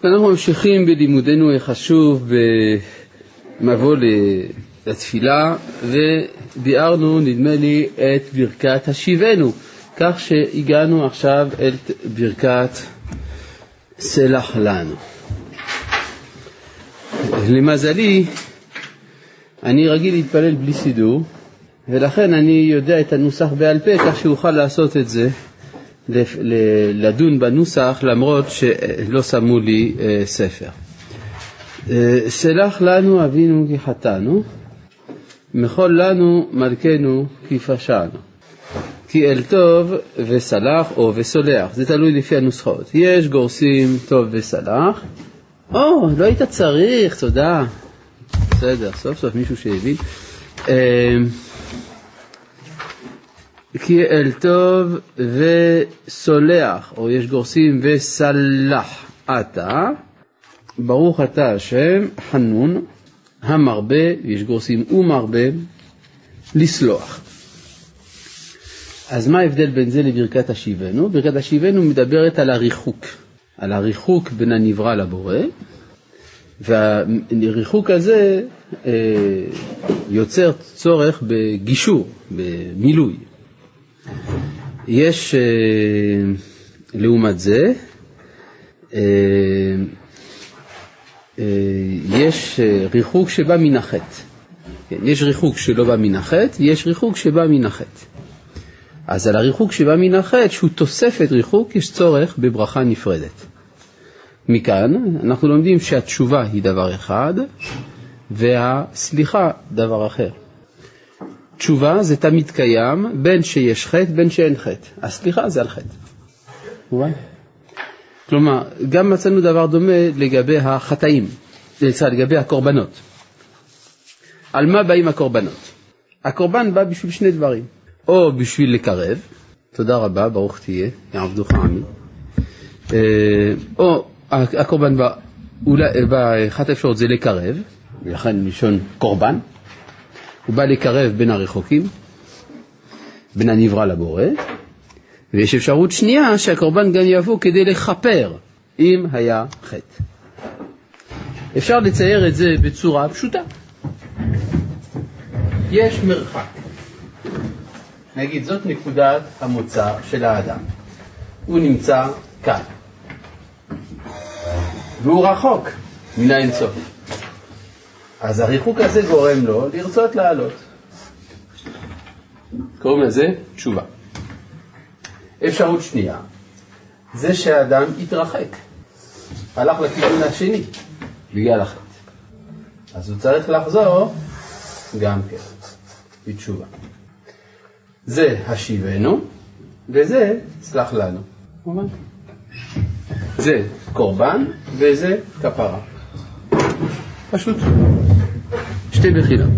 אנחנו ממשיכים בלימודנו החשוב במבוא לתפילה, וביארנו נדמה לי את ברכת השיבנו, כך שהגענו עכשיו אל ברכת סלח לנו. למזלי אני רגיל להתפלל בלי סידור, ולכן אני יודע את הנוסח בעל פה, כך שאוכל לעשות את זה, לדון בנוסח, למרות שלא שמו לי ספר. סלח לנו אבינו כי חטאנו, מחול לנו מלכנו כי פשענו, כי אל טוב וסלח או וסולח, זה תלוי לפי הנוסחות. יש גורסים טוב וסלח. לא היית צריך, תודה, בסדר, סוף סוף מישהו שהבין. כי אל טוב וסולח, או יש גורסים וסלח אתה, ברוך אתה השם חנון המרבה, יש גורסים ומרבה לסלוח. אז מה ההבדל בין זה לברכת השיבנו? ברכת השיבנו מדברת על הריחוק בין הנברא לבורא, והריחוק הזה יוצר צורך בגישור, במילוי. יש לעומת זה יש ריחוק שבא מן החטא. יש ריחוק שלא בא מן החטא, יש ריחוק שבא מן החטא. אז על הריחוק שבא מן החטא, שהוא תוספת ריחוק, יש צורך בברכה נפרדת. מכאן אנחנו לומדים שהתשובה היא דבר אחד, והסליחה דבר אחר. תשובה זה תמיד קיים, בין שיש חטא, בין שאין חטא. הסליחה זה על חטא. מובן? כלומר, גם מצאנו דבר דומה לגבי החטאים, לגבי הקורבנות. על מה באים הקורבנות? הקורבן בא בשביל שני דברים. או בשביל לקרב, תודה רבה, ברוך תהיה, יעבדוך עמי. או הקורבן בא, אחת האפשרות זה לקרב, ולכן מלשון קורבן. הוא בא לקרב בין הרחוקים, בין הנברא לבורא, ויש אפשרות שנייה שהקורבן גם יבוא כדי לחפר אם היה חטא. אפשר לצייר את זה בצורה פשוטה. יש מרחק. נגיד, זאת נקודת המוצא של האדם. הוא נמצא כאן. והוא רחוק מן האינסוף. אז הריחוק הזה גורם לו לרצות לעלות. קוראים לזה תשובה. אפשרות שנייה, זה שהאדם התרחק. הלך לכיוון השני, בגלל החטא. אז הוא צריך לחזור גם כן, בתשובה. זה השיבנו, וזה סלח לנו. זה קורבן, וזה כפרה. פשוט. שתי בחינות.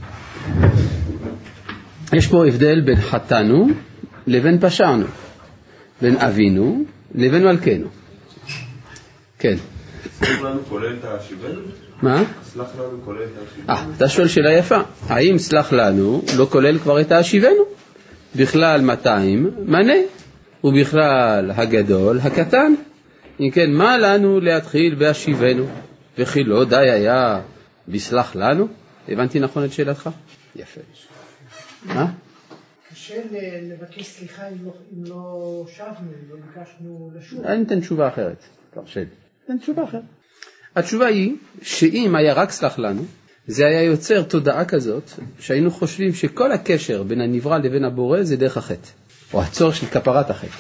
יש פה הבדל בין חטאנו לבין פשענו. בין אבינו לבין מלכנו. כן. סלח לנו כולל את השיבנו? מה? סלח לנו כולל את השיבנו? אתה שואל שאלה יפה. האם סלח לנו לא כולל כבר את השיבנו? בכלל 200 מנה, ובכלל הגדול הקטן. אם כן, מה לנו להתחיל בהשיבנו? וכי לא די היה בסלח לנו? הבנתי נכון את שאלתך? יפה. מה? קשה לבקש סליחה אם לא שבנו, לא ביקשנו לשוב. אני אתן תשובה אחרת. תן תשובה אחרת. התשובה היא שאם היה רק סלח לנו, זה היה יוצר תודעה כזאת, שהיינו חושבים שכל הקשר בין הנברא לבין הבורא זה דרך החטא, או הצורך של כפרת החטא.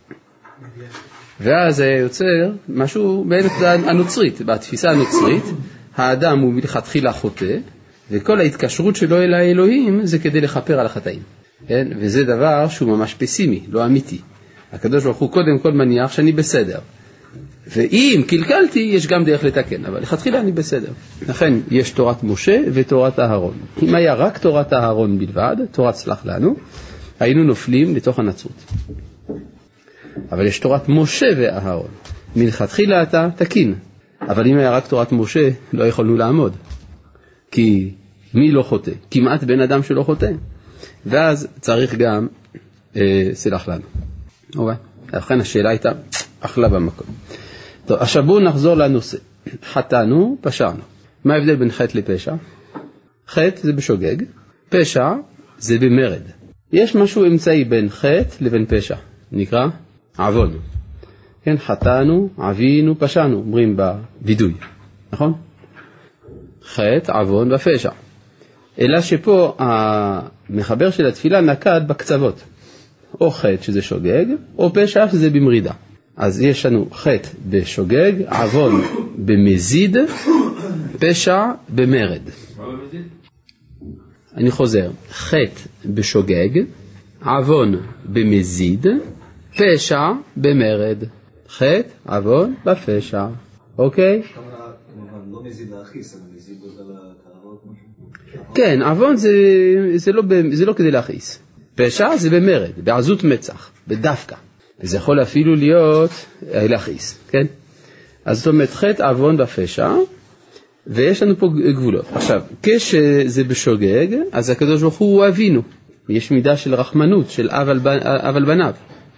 ואז זה יוצר משהו בתודעה הנוצרית. בתפיסה הנוצרית, האדם הוא מלכתחילה חוטא, וכל ההתקשרות שלו אל האלוהים זה כדי לכפר על החטאים. כן? וזה דבר שהוא ממש פסימי, לא אמיתי. הקדוש ברוך הוא קודם כל מניח שאני בסדר. ואם קלקלתי, יש גם דרך לתקן, אבל לכתחילה אני בסדר. לכן יש תורת משה ותורת אהרון. אם היה רק תורת אהרון בלבד, תורת סלח לנו, היינו נופלים לתוך הנצרות. אבל יש תורת משה ואהרון. מלכתחילה אתה תקין. אבל אם היה רק תורת משה, לא יכולנו לעמוד. כי מי לא חוטא? כמעט בן אדם שלא חוטא. ואז צריך גם סלח לנו. לכן השאלה הייתה אחלה במקום. טוב, עכשיו בואו נחזור לנושא. חטאנו, פשענו. מה ההבדל בין חטא לפשע? חטא זה בשוגג, פשע זה במרד. יש משהו אמצעי בין חטא לבין פשע, נקרא עוון. כן, חטאנו, עווינו, פשענו, אומרים בווידוי, נכון? חטא, עוון ופשע. אלא שפה המחבר של התפילה נקד בקצוות. או חטא שזה שוגג, או פשע שזה במרידה. אז יש לנו חטא בשוגג, עוון במזיד, פשע במרד. מה במזיד? אני חוזר, חטא בשוגג, עוון במזיד, פשע במרד. חטא, עוון בפשע. אוקיי? כמובן, לא מזיד להכיס, אבל מזיד בגלל הקרבות משהו. כן, עוון זה לא כדי להכיס. פשע זה במרד, בעזות מצח, בדווקא. וזה יכול אפילו להיות להכיס, כן? אז זאת אומרת, חטא, עוון בפשע, ויש לנו פה גבולות. עכשיו, כשזה בשוגג, אז הקדוש ברוך הוא אבינו. יש מידה של רחמנות, של אב על בניו.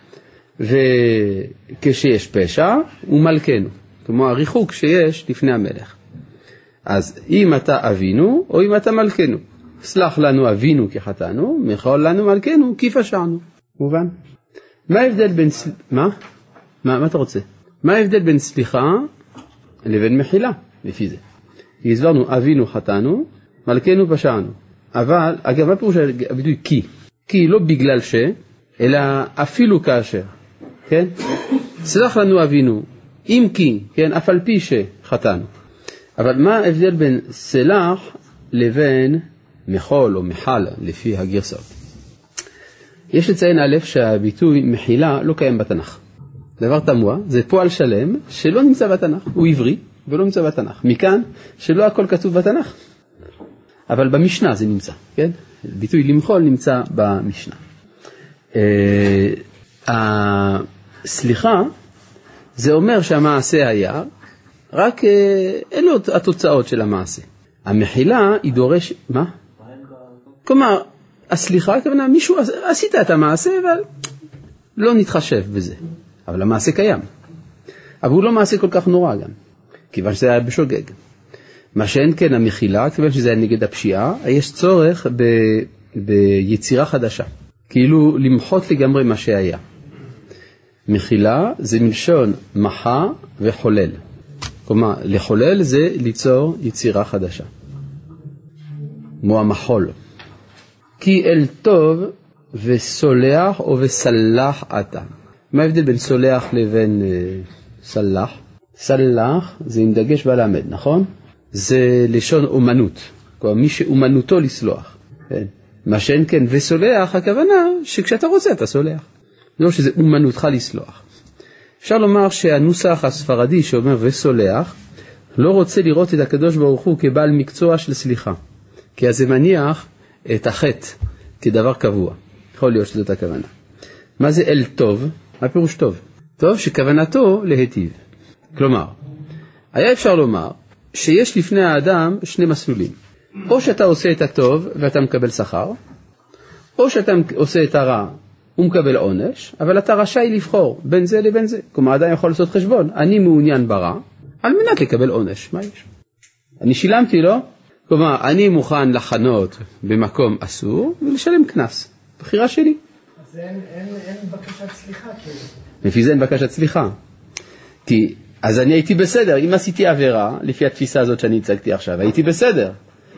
וכשיש פשע, הוא מלכנו. כמו הריחוק שיש לפני המלך. אז אם אתה אבינו, או אם אתה מלכנו. סלח לנו אבינו כי חטאנו, מחול לנו מלכנו כי פשענו. מובן? מה ההבדל בין... מה אתה רוצה? מה ההבדל בין סליחה לבין מחילה, לפי זה? הסברנו, אבינו חטאנו, מלכנו פשענו. אבל, אגב, מה פירוש הביטוי כי? כי לא בגלל ש, אלא אפילו כאשר. כן? סלח לנו אבינו, אם כי, כן, אף על פי שחטאנו. אבל מה ההבדל בין סלח לבין מחול או מחל, לפי הגרסאות? יש לציין א' שהביטוי מחילה לא קיים בתנ"ך. דבר תמוה, זה פועל שלם שלא נמצא בתנ"ך, הוא עברי ולא נמצא בתנ"ך. מכאן שלא הכל כתוב בתנ"ך, אבל במשנה זה נמצא, כן? ביטוי למחול נמצא במשנה. הסליחה, זה אומר שהמעשה היה, רק אלו התוצאות של המעשה. המחילה היא דורש, מה? כלומר, הסליחה, הכוונה, מישהו עשית את המעשה, אבל לא נתחשב בזה. אבל המעשה קיים. אבל הוא לא מעשה כל כך נורא גם, כיוון שזה היה בשוגג. מה שאין כן המחילה, כיוון שזה היה נגד הפשיעה, יש צורך ביצירה חדשה. כאילו למחות לגמרי מה שהיה. מחילה זה מלשון מחה וחולל. כלומר, לחולל זה ליצור יצירה חדשה. כמו המחול. כי אל טוב וסולח או וסלח אתה. מה ההבדל בין סולח לבין סלח? סלח זה עם דגש בלמד, נכון? זה לשון אומנות. כלומר, מי שאומנותו לסלוח. כן? מה שאין כן וסולח, הכוונה שכשאתה רוצה אתה סולח. לא שזה אומנותך לסלוח. אפשר לומר שהנוסח הספרדי שאומר וסולח, לא רוצה לראות את הקדוש ברוך הוא כבעל מקצוע של סליחה. כי אז זה מניח את החטא כדבר קבוע. יכול להיות שזאת הכוונה. מה זה אל טוב? מה פירוש טוב? טוב שכוונתו להיטיב. כלומר, היה אפשר לומר שיש לפני האדם שני מסלולים. או שאתה עושה את הטוב ואתה מקבל שכר, או שאתה עושה את הרע ומקבל עונש, אבל אתה רשאי לבחור בין זה לבין זה. כלומר, אדם יכול לעשות חשבון. אני מעוניין ברע על מנת לקבל עונש. מה יש? אני שילמתי לו, כלומר, אני מוכן לחנות במקום אסור ולשלם קנס. בחירה שלי. אז אין בקשת סליחה. לפי זה אין בקשת סליחה. כי, אז אני הייתי בסדר. אם עשיתי עבירה, לפי התפיסה הזאת שאני הצגתי עכשיו, הייתי בסדר.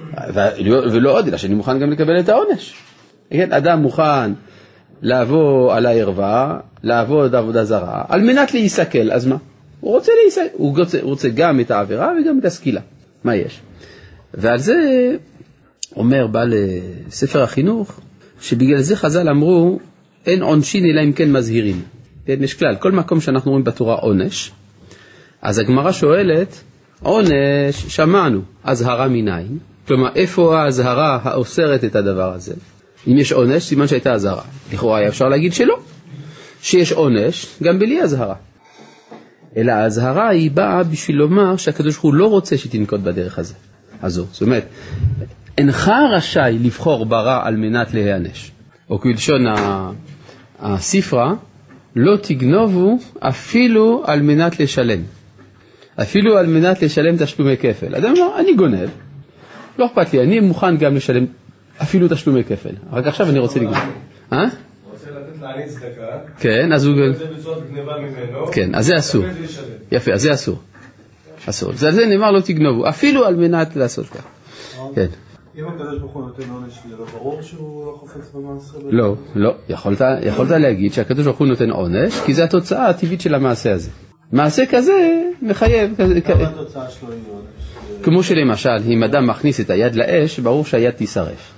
ולא עוד, אלא שאני מוכן גם לקבל את העונש. כן, אדם מוכן לעבור על הערווה, לעבוד עבודה זרה, על מנת להיסכל, אז מה? הוא רוצה גם את העבירה וגם את הסקילה. מה יש? ועל זה אומר בעל ספר החינוך, שבגלל זה חז"ל אמרו, אין עונשין אלא אם כן מזהירים. יש כלל, כל מקום שאנחנו רואים בתורה עונש, אז הגמרא שואלת, עונש שמענו, הזהרה מנין? כלומר, איפה ההזהרה האוסרת את הדבר הזה? אם יש עונש, סימן שהייתה הזהרה. לכאורה היה אפשר להגיד שלא. שיש עונש, גם בלי הזהרה. אלא ההזהרה היא באה בשביל לומר שהקדוש הוא לא רוצה שתנקוט בדרך הזו. זאת אומרת, אינך רשאי לבחור ברע על מנת להיענש. או כלשון הספרה, לא תגנובו אפילו על מנת לשלם. אפילו על מנת לשלם תשלומי כפל. אדם אומר, אני גונב, לא אכפת לי, אני מוכן גם לשלם אפילו תשלומי כפל. רק עכשיו אני רוצה לגנוב. רוצה לתת לעני צדקה. כן, אז הוא... זה בצורת גניבה ממנו. כן, אז זה אסור. יפה, אז זה אסור. אסור. זה נאמר לא תגנבו, אפילו על מנת לעשות כך. כן. אם הקדוש ברוך הוא נותן עונש, זה לא ברור שהוא לא חופץ במעשה? לא, לא. יכולת להגיד שהקדוש ברוך הוא נותן עונש, כי זה התוצאה הטבעית של המעשה הזה. מעשה כזה מחייב. כמה התוצאה שלו היא עונש? כמו שלמשל, אם אדם מכניס את היד לאש, ברור שהיד תישרף.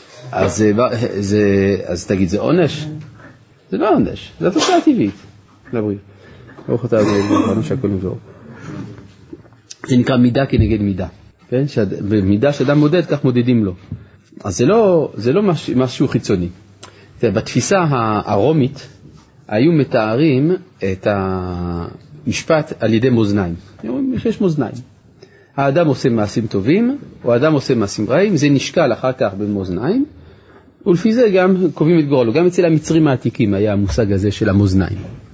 אז תגיד, זה עונש? זה לא עונש, זה התוצאה הטבעית. לבריאות. ברוך אתה אדוני שהכל מבוא. זה נקרא מידה כנגד מידה. כן? במידה שאדם מודד, כך מודדים לו. אז זה לא משהו חיצוני. בתפיסה הרומית, היו מתארים את המשפט על ידי מאזניים. יש מאזניים. האדם עושה מעשים טובים, או האדם עושה מעשים רעים, זה נשקל אחר כך במאזניים, ולפי זה גם קובעים את גורלו. גם אצל המצרים העתיקים היה המושג הזה של המאזניים.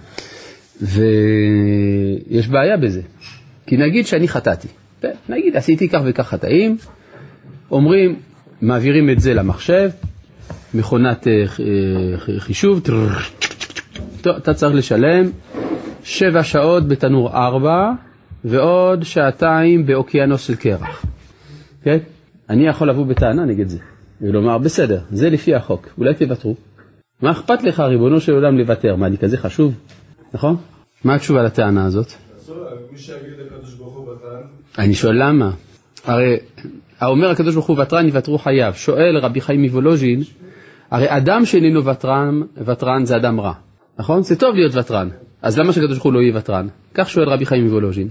ויש בעיה בזה. כי נגיד שאני חטאתי. נגיד, עשיתי כך וכך חטאים, אומרים, מעבירים את זה למחשב, מכונת חישוב, אתה צריך לשלם 7 שעות בתנור 4, ועוד 2 באוקיינוס של קרח. כן? אני יכול לבוא בטענה נגד זה, ולומר, בסדר, זה לפי החוק, אולי תוותרו. מה אכפת לך, ריבונו של עולם, לוותר? מה, אני כזה חשוב? נכון? מה התשובה לטענה הזאת? מי שיגיד הקדוש ברוך הוא ותרן. אני שואל למה? הרי האומר הקדוש ברוך הוא ותרן יוותרו חייו. שואל רבי חיים מוולוז'ין, הרי אדם שאיננו ותרן זה אדם רע. נכון? זה טוב להיות ותרן. אז למה שהקדוש ברוך הוא לא יהיה ותרן? כך שואל רבי חיים מוולוז'ין.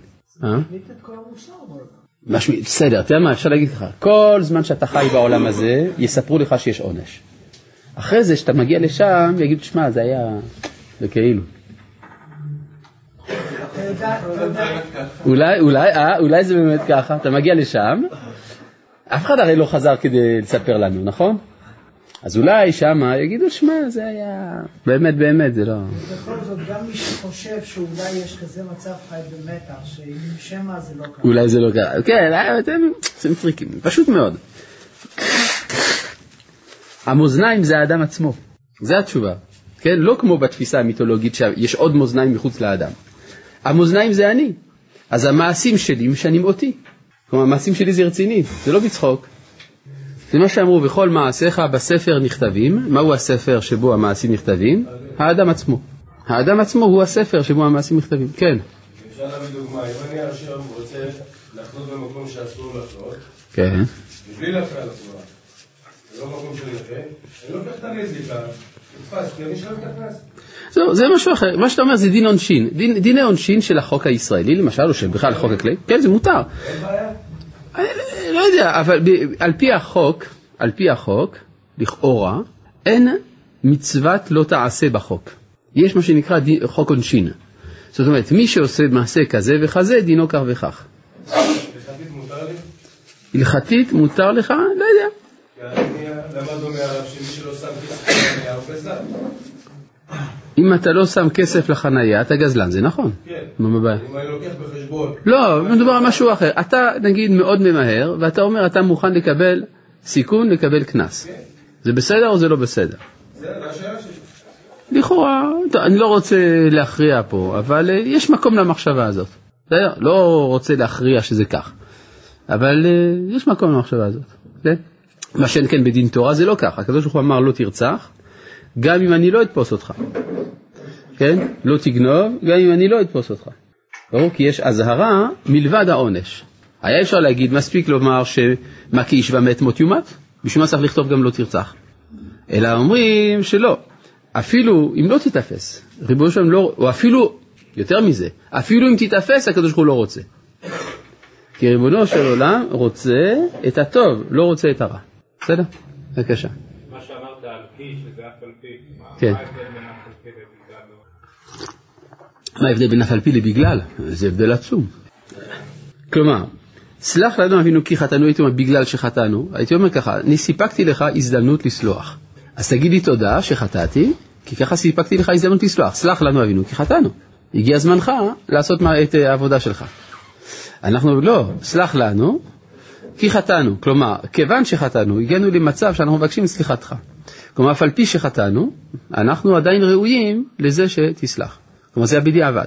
בסדר, תראה מה, אפשר להגיד לך, כל זמן שאתה חי בעולם הזה, יספרו לך שיש עונש. אחרי זה, שאתה מגיע לשם, יגידו, שמה, זה היה וכאילו. אולי זה באמת ככה, אתה מגיע לשם, אף אחד הרי לא חזר כדי לספר לנו, נכון? אז אולי שם יגידו, שמה, זה היה באמת, זה לא... בכל זאת, גם מי שחושב שאולי יש כזה מצב חי במתח, שאם שמה זה לא ככה. אולי זה לא ככה, כן, אתם טריקים, פשוט מאוד. המאזניים זה האדם עצמו, זה התשובה, כן? לא כמו בתפיסה המיתולוגית שיש עוד מאזניים מחוץ לאדם. המאזניים זה אני, אז המעשים שלי משנים אותי. כלומר, המעשים שלי זה רציני, זה לא בצחוק. זה מה שאמרו, וכל מעשיך בספר נכתבים. מהו הספר שבו המעשים נכתבים? האדם עצמו. האדם עצמו הוא הספר שבו המעשים נכתבים. כן. אפשר להביא דוגמה, אם אני עכשיו רוצה לחנות במקום שאסור לחנות, כן. מבלי להפריע לתנועה, זה לא מקום של נכה, אני לוקח את הנזיקה, נתפס, כי אני שלם את הקנס. זה משהו אחר, מה שאתה אומר זה דין עונשין, דיני עונשין של החוק הישראלי, למשל, או שבכלל החוק הכללי, כן, זה מותר. אין בעיה? אני לא יודע, אבל על פי החוק, לכאורה, אין מצוות לא תעשה בחוק. יש מה שנקרא חוק עונשין. זאת אומרת, מי שעושה מעשה כזה וכזה, דינו כך וכך. הלכתית מותר לי? הלכתית מותר לך? לא יודע. למדנו מהרב שמי שלא שם כסף לחניה הוא גזלן. אם אתה לא שם כסף לחניה, אתה גזלן, זה נכון. כן. מה הבעיה? אם אני לוקח בחשבון. לא, מדובר על משהו אחר. אתה נגיד מאוד ממהר, ואתה אומר, אתה מוכן לקבל סיכון, לקבל כנס. כן. זה בסדר או זה לא בסדר? זה השאלה שלי. לכאורה, אני לא רוצה להכריע פה, אבל יש מקום למחשבה הזאת. לא רוצה להכריע שזה כך. אבל יש מקום למחשבה הזאת. כן? מה שאין כן בדין תורה זה לא כך. הקדוש ברוך הוא אמר לא תרצח, גם אם אני לא אתפוס אותך. כן? לא תגנוב, גם אם אני לא אתפוס אותך. ברור, כי יש הזהרה מלבד העונש. היה אפשר להגיד, מספיק לומר שמה כי איש ומת מות יומת, בשביל מה צריך לכתוב גם לא תרצח. אלא אומרים שלא. אפילו אם לא תתאפס, ריבונו של עולם לא, או אפילו, יותר מזה, אפילו אם תתאפס, הקדוש ברוך הוא לא רוצה. כי ריבונו של עולם רוצה את הטוב, לא רוצה את הרע. בסדר? בבקשה. מה שאמרת על פי, שזה אף על פי, כן. מה ההבדל בין אף על פי לבגלל? מה ההבדל בין אף על פי לבגלל? זה הבדל עצום. כלומר, סלח לנו אבינו כי חטאנו, הייתי אומר בגלל שחטאנו, הייתי אומר ככה, אני סיפקתי לך הזדמנות לסלוח. אז תגיד לי תודה שחטאתי, כי ככה סיפקתי לך הזדמנות לסלוח. סלח לנו אבינו כי חטאנו. הגיע זמנך לעשות את העבודה שלך. אנחנו לא, סלח לנו, כי חטאנו. כלומר, כיוון שחטאנו, הגענו למצב שאנחנו מבקשים סליחתך. כלומר, אף על פי שחטאנו, אנחנו עדיין ראויים לזה שתסלח. כלומר, זה בדיעבד.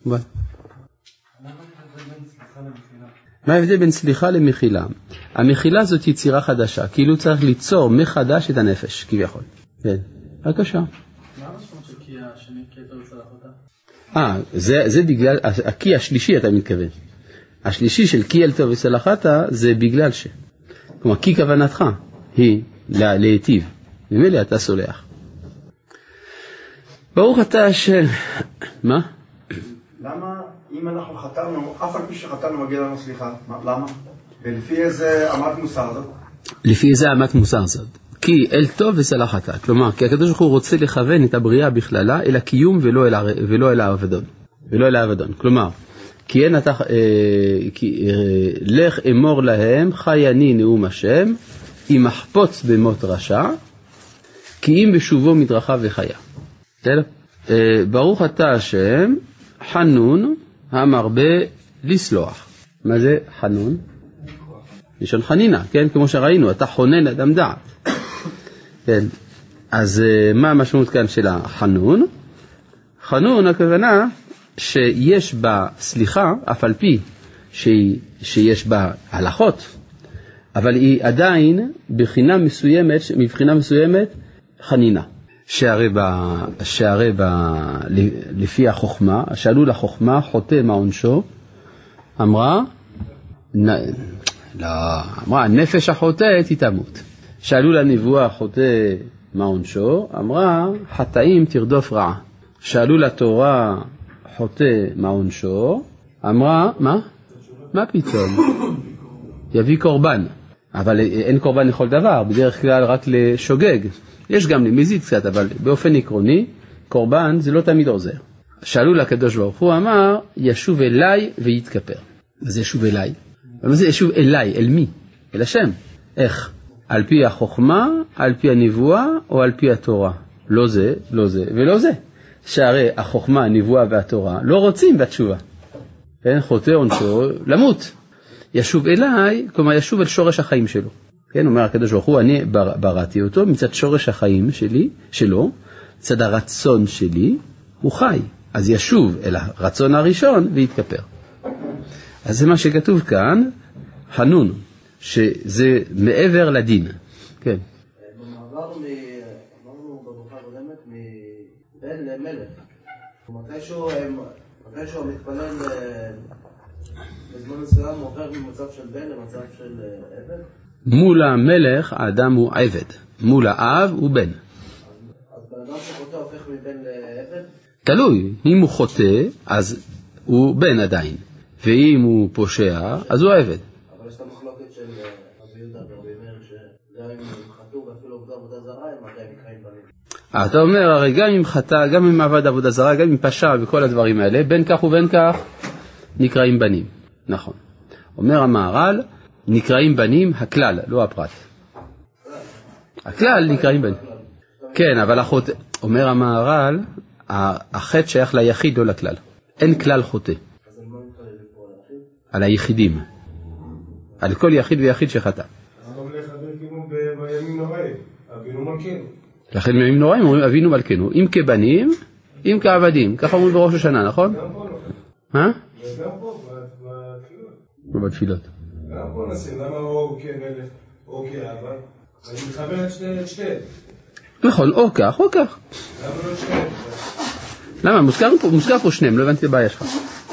מה ההבדל בין סליחה למחילה? המחילה זאת יצירה חדשה, כאילו צריך ליצור מחדש את הנפש, כביכול. כן, בבקשה. מה המשמעות של כי השני כי אתה וסלחת? זה בגלל, הכי השלישי אתה מתכוון. השלישי של כי אל טוב וסלחת זה בגלל ש. כלומר, כי כוונתך היא להיטיב. ממילא אתה סולח. ברוך אתה השם. מה? למה אם אנחנו חטאנו, אף על פי שחטאנו מגיע לנו סליחה? למה? ולפי איזה אמת מוסר זאת? לפי איזה אמת מוסר זאת? כי אל טוב וסלחת. כלומר, כי הקדוש ברוך הוא רוצה לכוון את הבריאה בכללה אל הקיום ולא אל האבדון. ולא אל האבדון. כלומר, כי אין אתה, לך אמור להם, חי אני נאום השם, אם אחפוץ במות רשע, כי אם בשובו מדרכה וחיה. ברוך אתה השם, חנון, המרבה לסלוח. מה זה חנון? לשון חנינה, כן? כמו שראינו, אתה חונן אדם דעת. כן. אז מה המשמעות כאן של החנון? חנון הכוונה שיש בה סליחה, אף על פי שיש בה הלכות, אבל היא עדיין מבחינה מסוימת חנינה. שהרי לפי החוכמה, שאלו לחוכמה חוטא מה עונשו, אמרה הנפש החוטאת היא תמות. שאלו לנבואה חוטא מה עונשו, אמרה חטאים תרדוף רעה. שאלו לתורה חוטא מה עונשו, אמרה מה פתאום? יביא קורבן. אבל אין קורבן לכל דבר, בדרך כלל רק לשוגג. יש גם למזיד קצת, אבל באופן עקרוני, קורבן זה לא תמיד עוזר. שאלו לקדוש ברוך הוא, אמר, ישוב אליי ויתכפר. אז ישוב אליי. אבל זה ישוב אליי, אל מי? אל השם. איך? על פי החוכמה, על פי הנבואה, או על פי התורה? לא זה, לא זה ולא זה. שהרי החוכמה, הנבואה והתורה לא רוצים בתשובה. כן? חוטא עונשו למות. ישוב אליי, כלומר ישוב אל שורש החיים שלו. כן, אומר הקדוש ברוך הוא, אני בראתי אותו מצד שורש החיים שלו, מצד הרצון שלי, הוא חי. אז ישוב אל הרצון הראשון ויתכפר. אז זה מה שכתוב כאן, חנון, שזה מעבר לדין. כן. במעבר אמרנו בברכה הקודמת, מבן למלך. מתישהו מתפלל בזמן מסוים עובר ממצב של בן למצב של עבד? מול המלך האדם הוא עבד, מול האב הוא בן. אז בן אדם שחוטא הופך מבן לעבד? תלוי, אם הוא חוטא אז הוא בן עדיין, ואם הוא פושע אז הוא עבד. אבל יש את המחלוקת של רבי יהודה ורבי מאיר שגם אם הם חטאו ואפילו עבדו עבודה זרה הם עדיין נקראים בנים. אתה אומר הרי גם אם חטא, גם אם עבד עבודה זרה, גם אם פשע וכל הדברים האלה, בין כך ובין כך נקראים בנים. נכון. אומר המהר"ל, נקראים בנים הכלל, לא הפרט. הכלל נקראים בנים. כן, אבל אומר המהר"ל, החטא שייך ליחיד לא לכלל. אין כלל חוטא. על היחידים. על כל יחיד ויחיד שחטא. אז לא מלך אביר כאילו בימים נוראים, אבינו מלכנו. לכן בימים נוראים אומרים אבינו מלכנו, אם כבנים, אם כעבדים. ככה אומרים בראש השנה, נכון? גם פה מה? לא. וגם פה, בתפילות. בתפילות. גם פה נשים, למה או כמלך או כאבא? אני מחבר את שתיהם. נכון, או כך, או כך. למה לא שתיהם? למה? מוזכר פה שניהם, לא הבנתי לבעיה שלך.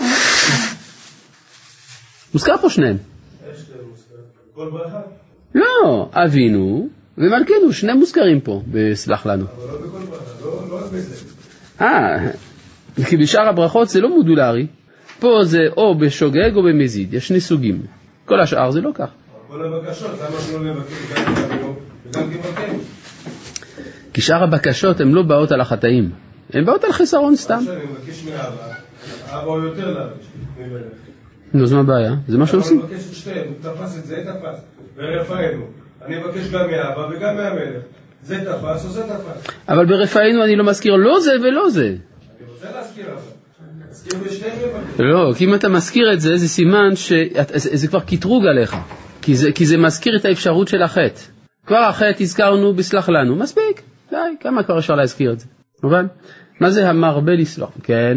מוזכר פה שניהם. איך שתיהם מוזכר? כל ברכה? לא, אבינו ומלכנו, שניהם מוזכרים פה, בסלח לנו. אבל לא בכל ברכה, לא רק בזה. כי בשאר הברכות זה לא מודולרי. פה זה או בשוגג או במזיד, יש שני סוגים. כל השאר זה לא כך. כל הבקשות, למה שלא לבקש גם כמלכנו וגם כמלכנו? כי שאר הבקשות הן לא באות על החטאים, הן באות על חסרון סתם. אני מבקש מאבא, אבא הוא יותר להבקש ממלך. נו, אז מה הבעיה? זה מה שעושים. אני מבקש את שתיהם, הוא תפס את זה, תפס. ברפאנו, אני מבקש גם מאבא וגם מהמלך. זה תפס או זה תפס. אבל ברפאנו אני לא מזכיר לא זה ולא זה. אני רוצה להזכיר אבל. לא, כי אם אתה מזכיר את זה, זה סימן שזה כבר קטרוג עליך. כי זה מזכיר את האפשרות של החטא. כבר החטא הזכרנו בסלח לנו. מספיק, די, כמה כבר אפשר להזכיר את זה. מובן? מה זה המרבה לסלוח? כן.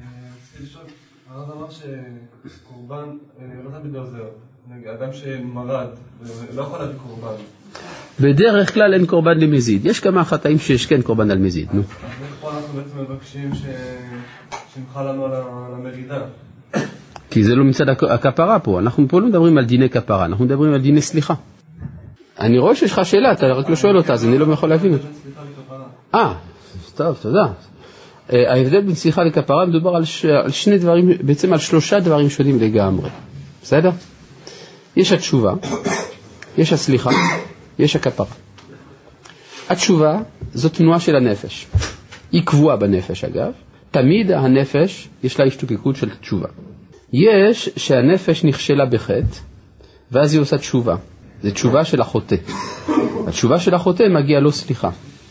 הרב אמר שקורבן לא תמיד עוזר. אדם שמרד, לא יכול להביא קורבן. בדרך כלל אין קורבן למזיד. יש כמה חטאים שיש כן קורבן על מזיד. נו. אז פה אנחנו בעצם מבקשים שנמחה לנו על המרידה. כי זה לא מצד הכפרה פה. אנחנו פה לא מדברים על דיני כפרה, אנחנו מדברים על דיני סליחה. אני רואה שיש לך שאלה, אתה רק לא שואל אותה, אז אני לא יכול להבין אותה. טוב, תודה. ההבדל בין סליחה לכפרה מדובר על שני דברים, בעצם על 3 דברים שונים לגמרי. בסדר? יש התשובה, יש הסליחה, יש הכפרה. התשובה זו תנועה של הנפש. היא קבועה בנפש אגב. תמיד הנפש יש לה השתוקקות של תשובה. יש שהנפש נכשלה בחטא, ואז היא עושה תשובה. זה תשובה של החוטא. התשובה של החוטא מגיעה לו סליחה.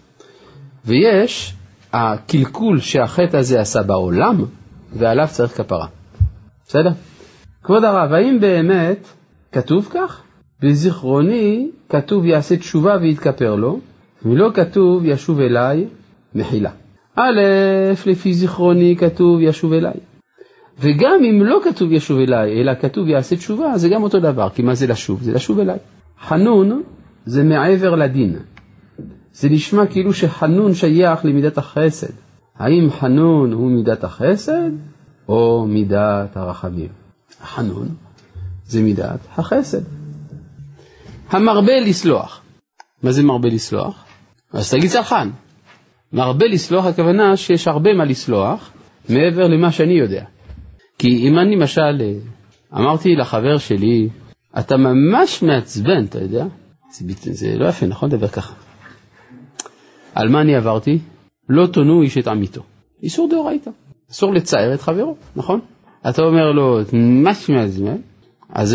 ויש הקלקול שהחטא הזה עשה בעולם, ועליו צריך כפרה. בסדר? כבוד הרב, האם באמת כתוב כך? בזיכרוני כתוב יעשה תשובה ויתכפר לו, ולא כתוב ישוב אליי מחילה. א', לפי זיכרוני כתוב ישוב אליי. וגם אם לא כתוב ישוב אליי, אלא כתוב יעשה תשובה, זה גם אותו דבר. כי מה זה לשוב? זה לשוב אליי. חנון זה מעבר לדין. זה נשמע כאילו שחנון שייך למידת החסד. האם חנון הוא מידת החסד או מידת הרחמים? חנון זה מידת החסד. המרבה לסלוח. מה זה מרבה לסלוח? אז תגיד צלחן. מרבה לסלוח הכוונה שיש הרבה מה לסלוח מעבר למה שאני יודע. כי אם אני למשל אמרתי לחבר שלי, אתה ממש מעצבן, אתה יודע? זה לא יפה, נכון לדבר ככה. על מה אני עברתי? לא תונו איש את עמיתו. איסור דאורייתא. אסור לצער את חברו, נכון? אתה אומר לו, ממש מעצבן, אז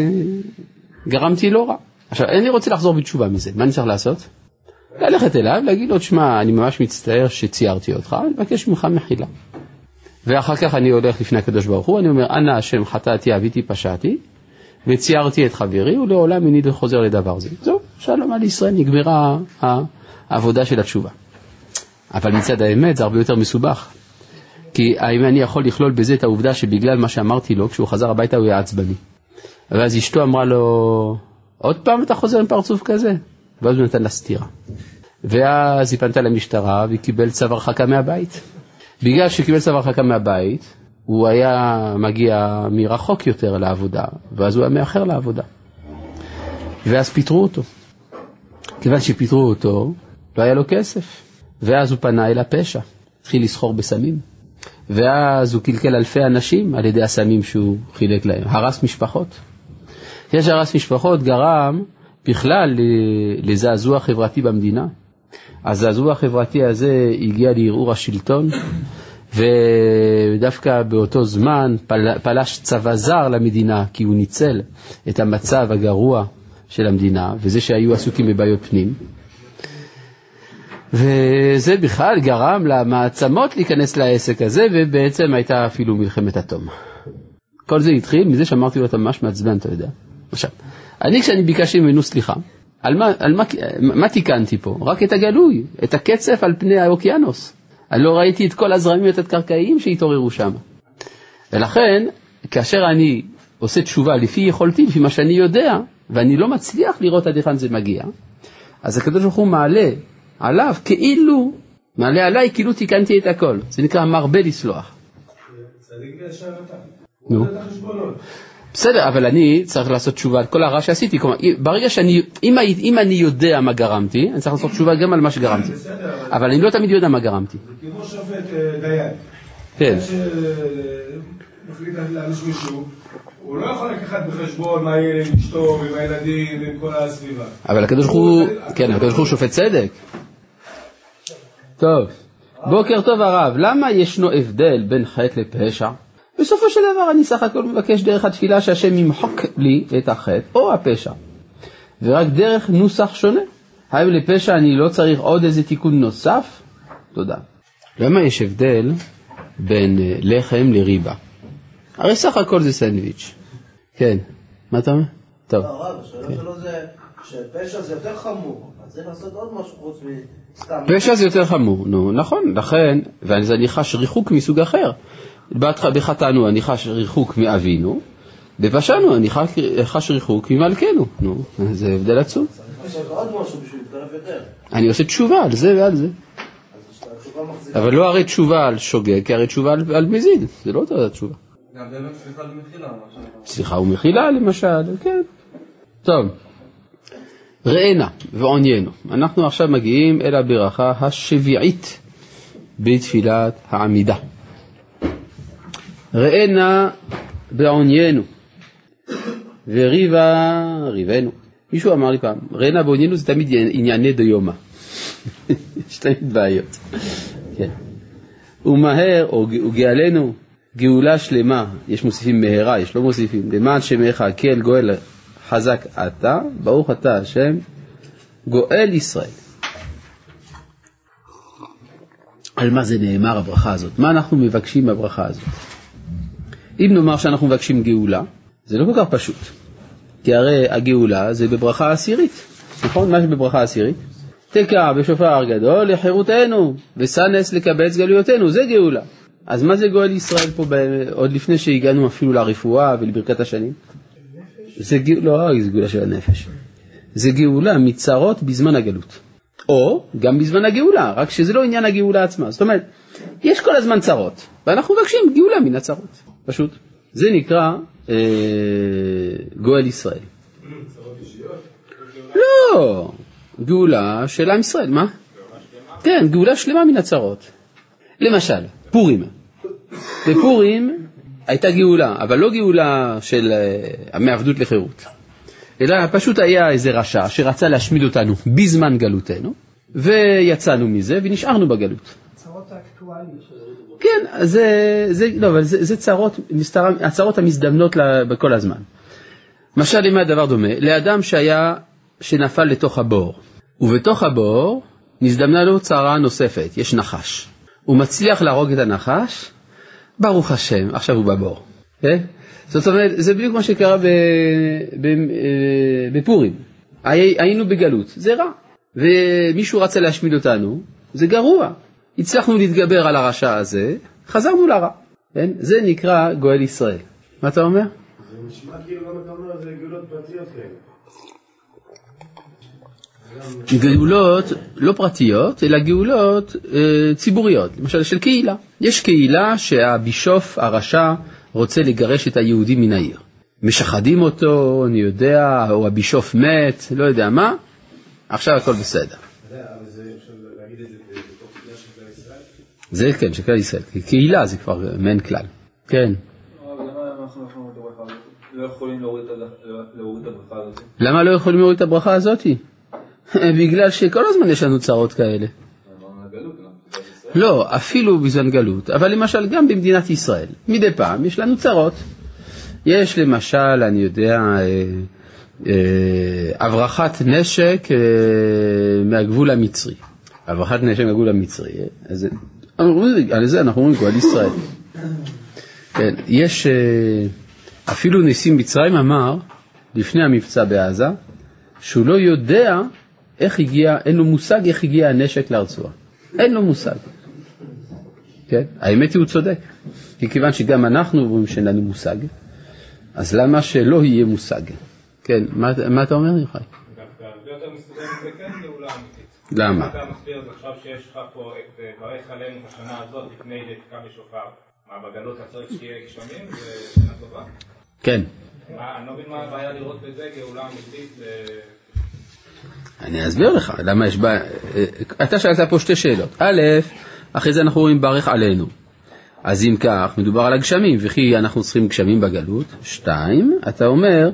גרמתי לא רע. עכשיו, אני רוצה לחזור בתשובה מזה. מה אני צריך לעשות? ללכת אליו, להגיד לו, תשמע, אני ממש מצטער שציירתי אותך, אני מבקש ממך מחילה. ואחר כך אני הולך לפני הקדוש ברוך הוא, אני אומר, אנא השם חטאתי, אביתי, פשעתי, וציירתי את חברי, ולעולם איני חוזר לדבר זה. זהו, שלום על ישראל, נגמרה העבודה של התשובה. אבל מצד האמת זה הרבה יותר מסובך. כי האם אני יכול לכלול בזה את העובדה שבגלל מה שאמרתי לו, כשהוא חזר הביתה הוא היה עצבני. ואז אשתו אמרה לו, עוד פעם אתה חוזר עם פרצוף כזה? ואז הוא נתן לה סתירה. ואז היא פנתה למשטרה וקיבל צו הרחקה מהבית. בגלל שקיבל צו הרחקה מהבית, הוא היה מגיע מרחוק יותר לעבודה, ואז הוא היה מאחר לעבודה. ואז פיטרו אותו. כיוון שפיטרו אותו, לא היה לו כסף. ואז הוא פנה אל הפשע, התחיל לסחור בסמים. ואז הוא קלקל אלפי אנשים על ידי הסמים שהוא חילק להם. הרס משפחות. יש הרס משפחות גרם בכלל לזעזוע חברתי במדינה. הזעזוע החברתי הזה הגיע לערעור השלטון, ודווקא באותו זמן פלש צבא זר למדינה, כי הוא ניצל את המצב הגרוע של המדינה, וזה שהיו עסוקים בבעיות פנים. וזה בכלל גרם למעצמות להיכנס לעסק הזה, ובעצם הייתה אפילו מלחמת אטום. כל זה התחיל מזה שאמרתי לו, אתה ממש מעצבן, אתה יודע. עכשיו, כשאני ביקשתי ממנו סליחה, מה תיקנתי פה? רק את הגלוי, את הקצף על פני האוקיינוס. אני לא ראיתי את כל הזרמים התת-קרקעיים שהתעוררו שם. ולכן, כאשר אני עושה תשובה לפי יכולתי, לפי מה שאני יודע, ואני לא מצליח לראות עד היכן זה מגיע, אז הקדוש ברוך הוא מעלה עליו כאילו, מעלה עליי כאילו תיקנתי את הכל. זה נקרא מרבה לסלוח. צדיק וישר אתה. נו. בסדר, אבל אני צריך לעשות תשובה על כל הרע שעשיתי. כלומר, ברגע אם אני יודע מה גרמתי, אני צריך לעשות תשובה גם על מה שגרמתי. אבל אני לא תמיד יודע מה גרמתי. זה כמו שופט דיין. כן. שמחליט לאנש מישהו, הוא לא יכול לקחת בחשבון מה יהיה עם אשתו ועם הילדים ועם כל הסביבה. אבל הקדוש ברוך הוא שופט צדק. טוב, בוקר טוב הרב, למה ישנו הבדל בין חטא לפשע? בסופו של דבר אני סך הכל מבקש דרך התפילה שהשם ימחוק לי את החטא או הפשע. ורק דרך נוסח שונה. האם לפשע אני לא צריך עוד איזה תיקון נוסף? תודה. למה יש הבדל בין לחם לריבה. הרי סך הכל זה סנדוויץ'. כן, מה אתה אומר? טוב. הרב, השאלה שלו זה שפשע זה יותר חמור, אז צריך לעשות עוד משהו חוץ מסתם. פשע זה יותר חמור, נו, נכון, לכן, ואז אני חש ריחוק מסוג אחר. בחטאנו אני חש ריחוק מאבינו, בפשענו אני חש ריחוק ממלכנו, נו, זה הבדל עצום. צריך לעשות עוד משהו בשביל להתקרב יותר. אני עושה תשובה על זה ועל זה. אבל לא הרי תשובה על שוגג, כי הרי תשובה על מזיד, זה לא אותה תשובה. גם באמת סליחה ומחילה. סליחה ומחילה למשל, כן. טוב, ראינה ועניינו. אנחנו עכשיו מגיעים אל הברכה השביעית בתפילת העמידה. ראינה ועניינו וריבנו. מישהו אמר לי פעם, ראינה ועניינו זה תמיד ענייני דיומא. יש תמיד בעיות. כן. ומהר, או גאלנו, גאולה שלמה, יש מוסיפים מהרה, יש לא מוסיפים, למען שמך הקל גואל חזק אתה, ברוך אתה השם, גואל ישראל. על מה זה נאמר הברכה הזאת? מה אנחנו מבקשים בברכה הזאת? אם נאמר שאנחנו מבקשים גאולה, זה לא כל כך פשוט. כי הרי הגאולה זה בברכה עשירית. נכון? מה שבברכה עשירית? תקע בשופר גדול לחירותנו, וסנס לקבץ גלויותינו, זה גאולה. אז מה זה גואל ישראל פה, עוד לפני שהגענו אפילו לרפואה ולברכת השנים? זה גאולה של הנפש. זה גאולה מצרות בזמן הגלות. או גם בזמן הגאולה, רק שזה לא עניין הגאולה עצמה. זאת אומרת, יש כל הזמן צרות, ואנחנו מבקשים גאולה מן הצרות. פשוט. זה נקרא גואל ישראל. לא, גאולה של עם ישראל, מה? כן, גאולה שלמה מן הצרות. למשל, פורים. בפורים הייתה גאולה, אבל לא גאולה של מעבדות לחירות. אלא פשוט היה איזה רשע שרצה להשמיד אותנו בזמן גלותנו, ויצאנו מזה ונשארנו בגלות. צרות האקטואליות. כן, לא, אבל זה הצרות המזדמנות בכל הזמן. משל למה הדבר דומה? לאדם שנפל לתוך הבור, ובתוך הבור נזדמנה לו צרה נוספת, יש נחש. הוא מצליח להרוג את הנחש, ברוך השם, עכשיו הוא בבור. זאת אומרת, זה בדיוק מה שקרה בפורים. היינו בגלות, זה רע. ומישהו רצה להשמיד אותנו, זה גרוע. הצלחנו להתגבר על הרשע הזה, חזרנו לרע. זה נקרא גואל ישראל. מה אתה אומר? זה נשמע כאילו גם אתה אומר, זה גאולות פרטיות כאלה. גאולות לא פרטיות, אלא גאולות ציבוריות, למשל של קהילה. יש קהילה שהבישוף הרשע רוצה לגרש את היהודים מן העיר. משחדים אותו, אני יודע, או הבישוף מת, לא יודע מה, עכשיו הכל בסדר. אבל זה אפשר להגיד את זה בתוך קהילה של כלל ישראל? זה כן, של כלל ישראל. קהילה זה כבר מעין כלל. כן. לא יכולים להוריד את הברכה הזאת. למה לא יכולים להוריד את הברכה הזאת? בגלל שכל הזמן יש לנו צרות כאלה. לא, אפילו בזמן גלות, אבל למשל גם במדינת ישראל, מדי פעם יש לנו צרות. יש למשל, אני יודע, הברחת נשק מהגבול המצרי. הברחת נשק מהגבול המצרי. אז על זה אנחנו אומרים גואל ישראל. כן, יש אפילו נשיא מצרים אמר לפני המבצע בעזה שהוא לא יודע איך הגיע, אין לו מושג איך הגיע הנשק לרצועה. אין לו מושג. כן? האמת היא הוא צודק. כי כיוון שגם אנחנו אומרים שאין לנו מושג, אז למה שלא יהיה מושג? כן, מה אתה אומר, יוחאי? דווקא הרבה יותר מסתובב זה כן גאולה אמיתית. למה? אתה מסביר את עכשיו שיש לך פה את ברך עלינו בשנה הזאת לפני דתקה בשופר. מה, בגלות אתה צריך שיהיה גשמים ושנה טובה? כן. אני לא מבין מה הבעיה לראות בזה גאולה אמיתית. אני אסביר לך, למה יש בעיה. אתה שאלת פה שתי שאלות. א', אחרי זה אנחנו רואים ברך עלינו. אז אם כך, מדובר על הגשמים, וכי אנחנו צריכים גשמים בגלות. 2, אתה אומר,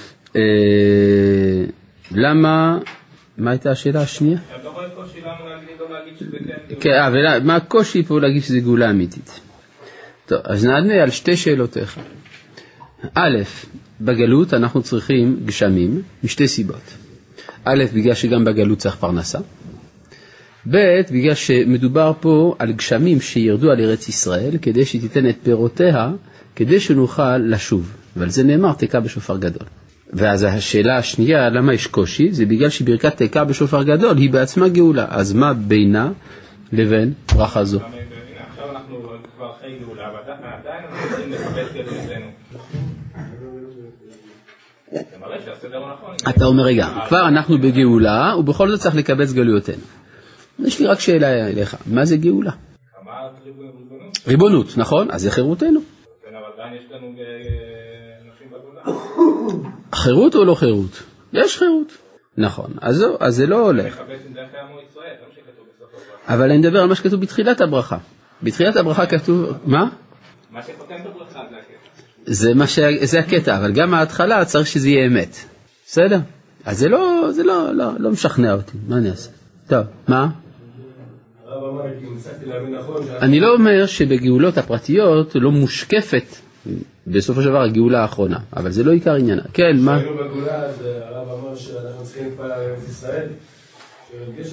למה, מה הייתה השאלה השנייה? אני לא רואה קושי למה להגיד שזה כן. כן, מה הקושי פה להגיד שזה גאולה אמיתית? טוב, אז נענה על שתי שאלותיך. א', בגלות אנחנו צריכים גשמים משתי סיבות. א', בגלל שגם בגלות צריך פרנסה. ב' בגלל שמדובר פה על גשמים שירדו על ארץ ישראל, כדי שתיתן את פירותיה, כדי שנוכל לשוב. ועל זה נאמר תקע בשופר גדול. ואז השאלה השנייה, למה יש קושי? זה בגלל שברכת תקע בשופר גדול היא בעצמה גאולה. אז מה בינה לבין ברכה זו? עכשיו אנחנו כבר אחרי גאולה, אבל עדיין אנחנו צריכים לקבל גאולתנו. זה מראה שהסדר הוא נכון. אתה אומר רגע, כבר אנחנו בגאולה, ובכל זאת צריך לקבץ גלויותינו. יש לי רק שאלה אליך, מה זה גאולה? אמרת ריבונות. ריבונות, נכון? אז זה חירותנו. אבל עדיין יש לנו נשים בגולה. חירות או לא חירות? יש חירות. נכון, אז זה לא הולך. מכבד עם דרכי עמו ישראל, לא שכתוב בסוף הברכה. אבל אני מדבר על מה שכתוב בתחילת הברכה. בתחילת הברכה כתוב, מה? מה שחותם בברכה זה הקטע. זה הקטע, אבל גם ההתחלה צריך שזה יהיה אמת. בסדר? אז זה לא משכנע אותי, מה אני אעשה? טוב, מה? הרב אמר, כי ניסחתי להבין נכון. אני לא אומר שבגאולות הפרטיות לא מושקפת בסופו של דבר הגאולה האחרונה, אבל זה לא עיקר עניינה. כן, מה? כשהיינו בגאולה, אז הרב אמר שאנחנו צריכים להתפלל על ארץ ישראל. גשם,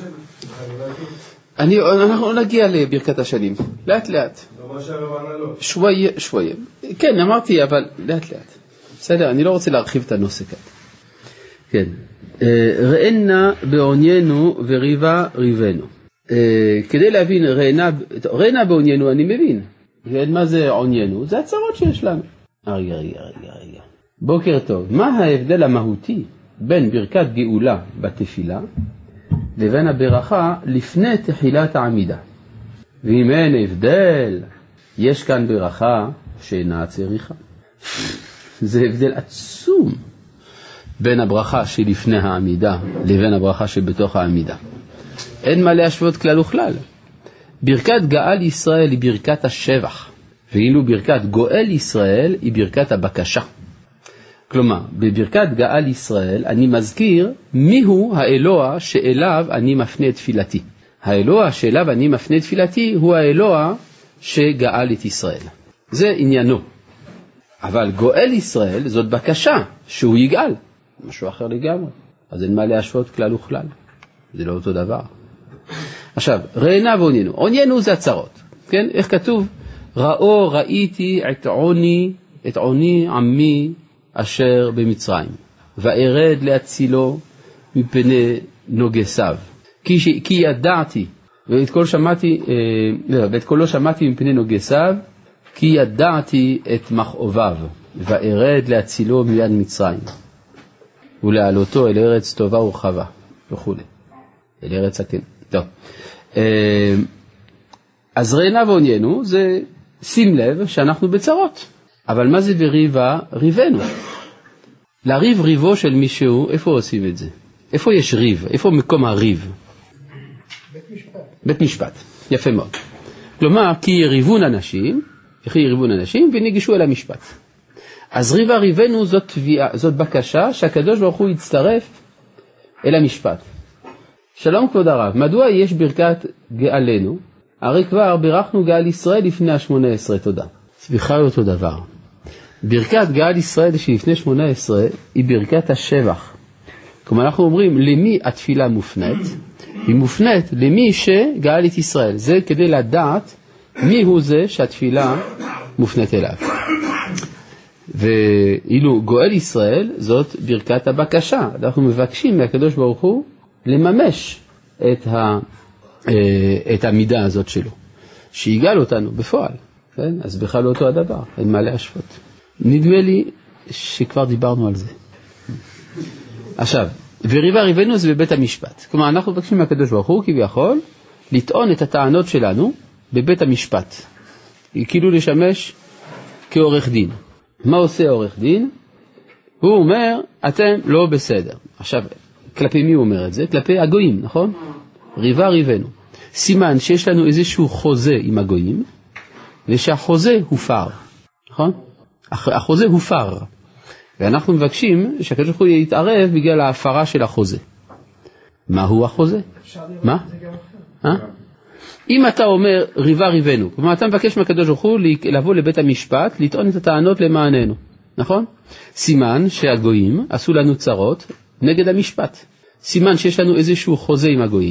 אנחנו נגיע לברכת השנים, לאט לאט. לא מה שהרב ענה לו. שוואיה. כן, אמרתי, אבל לאט לאט. בסדר, אני לא רוצה להרחיב את הנושא כאן. כן. ראינה בעוניינו וריבה ריבנו. כדי להבין ראינה בעוניינו אני מבין. מה זה עוניינו? זה הצרות שיש לנו. רגע. בוקר טוב. מה ההבדל המהותי בין ברכת גאולה בתפילה לבין הברכה לפני תחילת העמידה? ואם אין הבדל, יש כאן ברכה שאינה צריכה. זה הבדל עצום בין הברכה שלפני העמידה לבין הברכה שבתוך העמידה. אין מה להשוות כלל וכלל. ברכת גאל ישראל היא ברכת השבח, ואילו ברכת גואל ישראל היא ברכת הבקשה. כלומר, בברכת גאל ישראל אני מזכיר מיהו האלוה שאליו אני מפנה תפילתי. האלוה שאליו אני מפנה תפילתי הוא האלוה שגאל את ישראל. זה עניינו. אבל גואל ישראל זאת בקשה שהוא יגאל. משהו אחר לגמרי. אז אין מה להשוות כלל וכלל. זה לא אותו דבר. עכשיו, ראינה ועוניינו. עוניינו זה הצרות. כן? איך כתוב? ראיתי את עוני עמי אשר במצרים, וארד להצילו מפני נוגסיו. כי ידעתי, ואת קולו שמעתי מפני נוגסיו, כי ידעתי את מכאוביו, וארד להצילו מיד מצרים, ולהעלותו אל ארץ טובה ורחבה, וכו'. אל ארץ הקן. טוב. אז ראינה ועוניינו זה שים לב שאנחנו בצרות. אבל מה זה וריבה ריבנו? לריב ריבו של מישהו, איפה עושים את זה? איפה יש ריב? איפה מקום הריב? בית משפט. יפה מאוד. כלומר, כי יריבון אנשים וניגשו אל המשפט. אז ריבה ריבנו זאת בקשה שהקדוש ברוך הוא יצטרף אל המשפט. שלום כבוד הרב, מדוע יש ברכת גאלנו? הרי כבר בירכנו גאל ישראל לפני ה-18, תודה. סביחה אותו דבר. ברכת גאל ישראל שלפני 18 היא ברכת השבח. כלומר אנחנו אומרים למי התפילה מופנית? היא מופנית למי שגאל את ישראל. זה כדי לדעת מי הוא זה שהתפילה מופנית אליו. ואילו גואל ישראל זאת ברכת הבקשה. אנחנו מבקשים מהקדוש ברוך הוא לממש את המידה הזאת שלו, שיגאל אותנו בפועל. כן? אז בכלל לא אותו הדבר, אין מה להשוות. נדמה לי שכבר דיברנו על זה. עכשיו, וריבה ריבנו זה בבית המשפט. כלומר, אנחנו מבקשים מהקדוש ברוך הוא כביכול לטעון את הטענות שלנו בבית המשפט. כאילו לשמש כעורך דין. מה עושה עורך דין? הוא אומר, אתם לא בסדר. עכשיו, כלפי מי הוא אומר את זה? כלפי הגויים, נכון? ריבה ריבנו. סימן שיש לנו איזשהו חוזה עם הגויים, ושהחוזה הופר. נכון? החוזה הופר. ואנחנו מבקשים שהקדוש ברוך הוא יתערב בגלל ההפרה של החוזה. מהו החוזה? מה? אם אתה אומר ריבה ריבנו, כלומר אתה מבקש מהקדוש ברוך הוא לבוא לבית המשפט, לטעון את הטענות למעננו. נכון? סימן שהגויים עשו לנו צרות נגד המשפט. סימן שיש לנו איזשהו חוזה עם הגויים,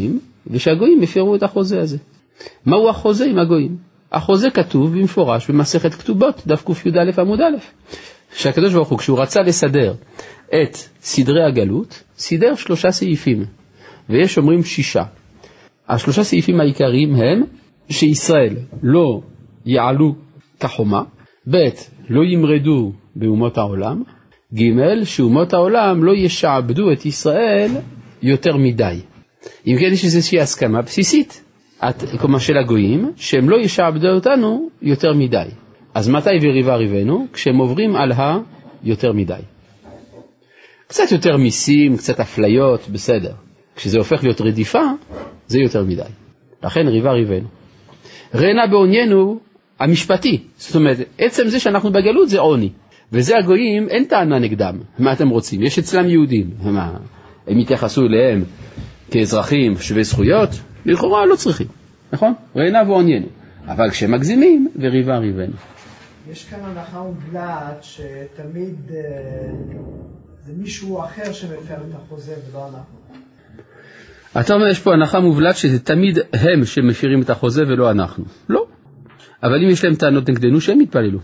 ושהגויים הפרו את החוזה הזה. מהו החוזה עם הגויים? החוזה כתוב במפורש במסכת כתובות, דף ק"יא עמוד א', שהקדוש ברוך הוא כשהוא רצה לסדר את סדרי הגלות, סידר 3 סעיפים, ויש אומרים 6. 3 סעיפים העיקריים הם שישראל לא יעלו כחומה, ב' לא ימרדו באומות העולם, ג' שאומות העולם לא ישעבדו את ישראל יותר מדי. אם כן יש איזושהי הסכמה בסיסית, כלומר של הגויים, שהם לא ישעבדו אותנו יותר מדי. אז מתי וריבה ריבנו? כשהם עוברים על יותר מדי. קצת יותר מיסים, קצת אפליות, בסדר. כשזה הופך להיות רדיפה, זה יותר מדי. לכן ריבה ריבנו. רענה בעוניינו המשפטי. זאת אומרת, עצם זה שאנחנו בגלות זה עוני. וזה הגויים, אין טענה נגדם. מה אתם רוצים? יש אצלם יהודים. הם יתייחסו אליהם כאזרחים שווי זכויות? לכאורה לא צריכים. נכון? רענה בעוניינו. אבל כשהם מגזימים, וריבה ריבנו. יש כאן הנחה מובלעת שתמיד זה מישהו אחר שמפר את החוזה ולא אנחנו. אתה אומר, יש פה הנחה מובלעת שזה תמיד הם שמפירים את החוזה ולא אנחנו. לא. אבל אם יש להם טענות נגדנו, שהם יתפללו.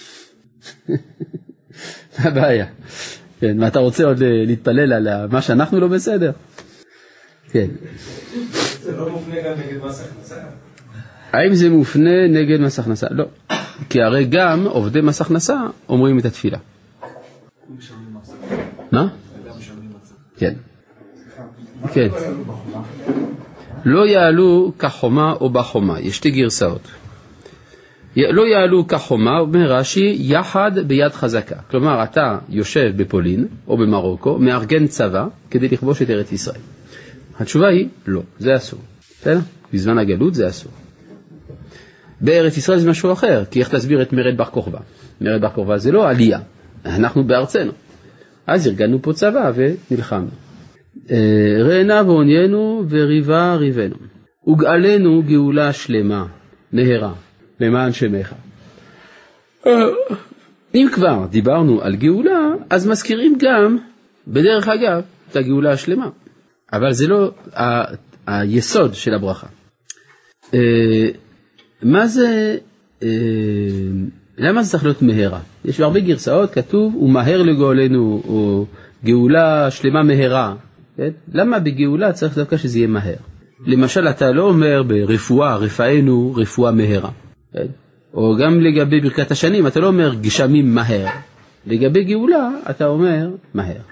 מה הבעיה? כן, מה אתה רוצה עוד להתפלל על מה שאנחנו לא בסדר? כן. זה לא מופנה גם נגד מס הכנסה? האם זה מופנה נגד מס הכנסה? לא. כי הרי גם עובדי מס הכנסה אומרים את התפילה. מה? כן. כן. לא יעלו כחומה או בחומה. יש 2 גרסאות. לא יעלו כחומה, אומר רש"י, יחד ביד חזקה. כלומר, אתה יושב בפולין או במרוקו, מארגן צבא כדי לכבוש את ארץ ישראל. התשובה היא, לא, זה אסור. בסדר? בזמן הגלות זה אסור. בארץ ישראל זה משהו אחר, כי איך תסביר את מרד בר כוכבא? מרד בר כוכבא זה לא עלייה, אנחנו בארצנו. אז ארגנו פה צבא ונלחמנו. רענה ועוניינו וריבה ריבנו. וגאלנו גאולה שלמה, נהרה, למען שמך. אם כבר דיברנו על גאולה, אז מזכירים גם, בדרך אגב, את הגאולה השלמה. אבל זה לא היסוד של הברכה. מה זה, למה זה צריך להיות מהרה? יש בהרבה גרסאות כתוב, הוא מהר לגאולנו, או גאולה שלמה מהרה. כן? למה בגאולה צריך דווקא שזה יהיה מהר? למשל, אתה לא אומר ברפואה, רפאנו, רפואה מהרה. כן? או גם לגבי ברכת השנים, אתה לא אומר גשמים מהר. לגבי גאולה, אתה אומר מהר.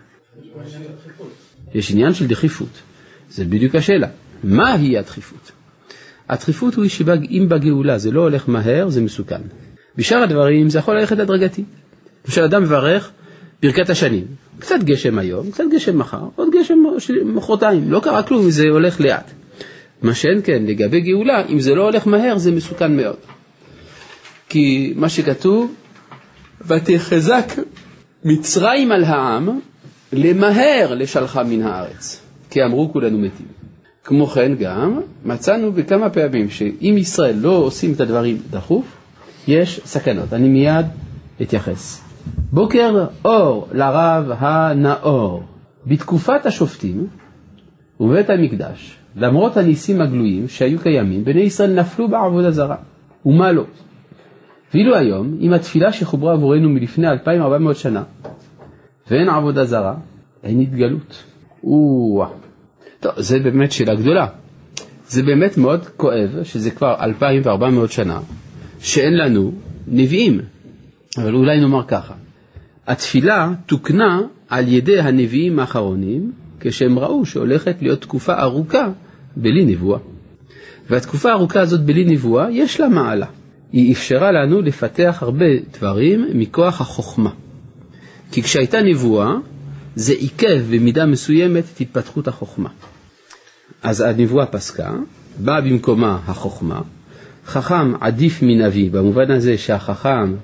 יש עניין של דחיפות. זה בדיוק השאלה. מהי הדחיפות? הדחיפות הוא שאם בגאולה זה לא הולך מהר, זה מסוכן. בשאר הדברים זה יכול ללכת הדרגתי. למשל אדם מברך ברכת השנים. קצת גשם היום, קצת גשם מחר, עוד גשם מחרתיים. לא קרה כלום, זה הולך לאט. מה שאין כן, לגבי גאולה, אם זה לא הולך מהר, זה מסוכן מאוד. כי מה שכתוב, ותחזק מצרים על העם, למהר לשלחה מן הארץ. כי אמרו כולנו מתים. כמו כן גם, מצאנו בכמה פעמים שאם ישראל לא עושים את הדברים דחוף, יש סכנות. אני מיד אתייחס. בוקר אור לרב הנאור. בתקופת השופטים ובית המקדש, למרות הניסים הגלויים שהיו קיימים, בני ישראל נפלו בעבודה זרה. ומה לא? ואילו היום, עם התפילה שחוברה עבורנו מלפני 2400 שנה, ואין עבודה זרה, אין התגלות. טוב, זה באמת שאלה גדולה. זה באמת מאוד כואב שזה כבר 2400 שנה שאין לנו נביאים. אבל אולי נאמר ככה. התפילה תוקנה על ידי הנביאים האחרונים כשהם ראו שהולכת להיות תקופה ארוכה בלי נבואה. והתקופה הארוכה הזאת בלי נבואה יש לה מעלה. היא אפשרה לנו לפתח הרבה דברים מכוח החוכמה. כי כשהייתה נבואה זה עיכב במידה מסוימת את התפתחות החוכמה. אז הנבואה פסקה, באה במקומה החוכמה, חכם עדיף מנביא, במובן הזה שהחכם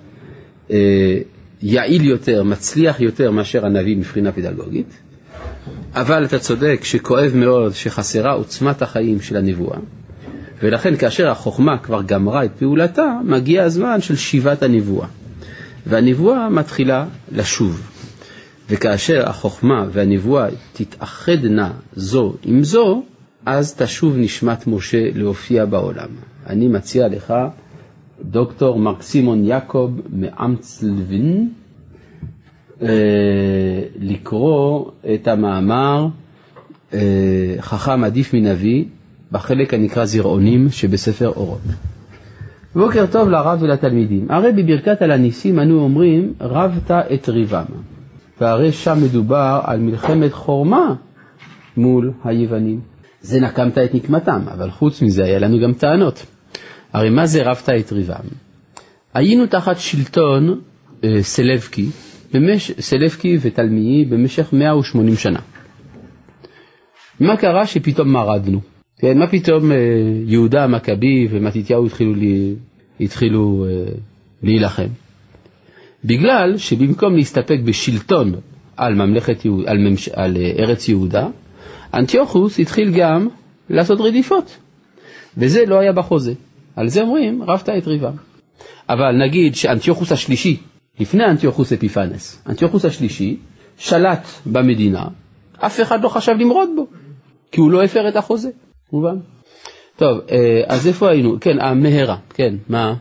יעיל יותר, מצליח יותר מאשר הנביא מבחינה פדגוגית, אבל אתה צודק שכואב מאוד שחסרה עוצמת החיים של הנבואה, ולכן כאשר החוכמה כבר גמרה את פעולתה, מגיע הזמן של שיבת הנבואה, והנבואה מתחילה לשוב. וכאשר החוכמה והנבואה תתאחדנה זו עם זו, אז תשוב נשמת משה להופיע בעולם. אני מציע לך, דוקטור מרק סימון יעקב מאמצלווין, לקרוא את המאמר חכם עדיף מנביא, בחלק הנקרא זרעונים שבספר אורות. בוקר טוב לרב ולתלמידים. הרי בברכת על הניסים אנו אומרים רבת את ריבם, והרי שם מדובר על מלחמת חורמה מול היוונים. זה נקמת את נקמתם, אבל חוץ מזה היה לנו גם טענות. הרי מה זה רבת את ריבם? היינו תחת שלטון סלבקי ותלמיי במשך 180 שנה. מה קרה שפתאום מרדנו? כן, מה פתאום יהודה המכבי ומתתיהו התחילו להילחם? בגלל שבמקום להסתפק בשלטון על ארץ יהודה, אנטיוכוס התחיל גם לעשות רדיפות, וזה לא היה בחוזה. על זה אומרים רבת את ריבם. אבל נגיד שאנטיוכוס השלישי, לפני אנטיוכוס אפיפנס, אנטיוכוס השלישי שלט במדינה, אף אחד לא חשב למרוד בו, כי הוא לא הפר את החוזה. מובן? טוב, אז איפה היינו? כן, המהרה, כן, מה?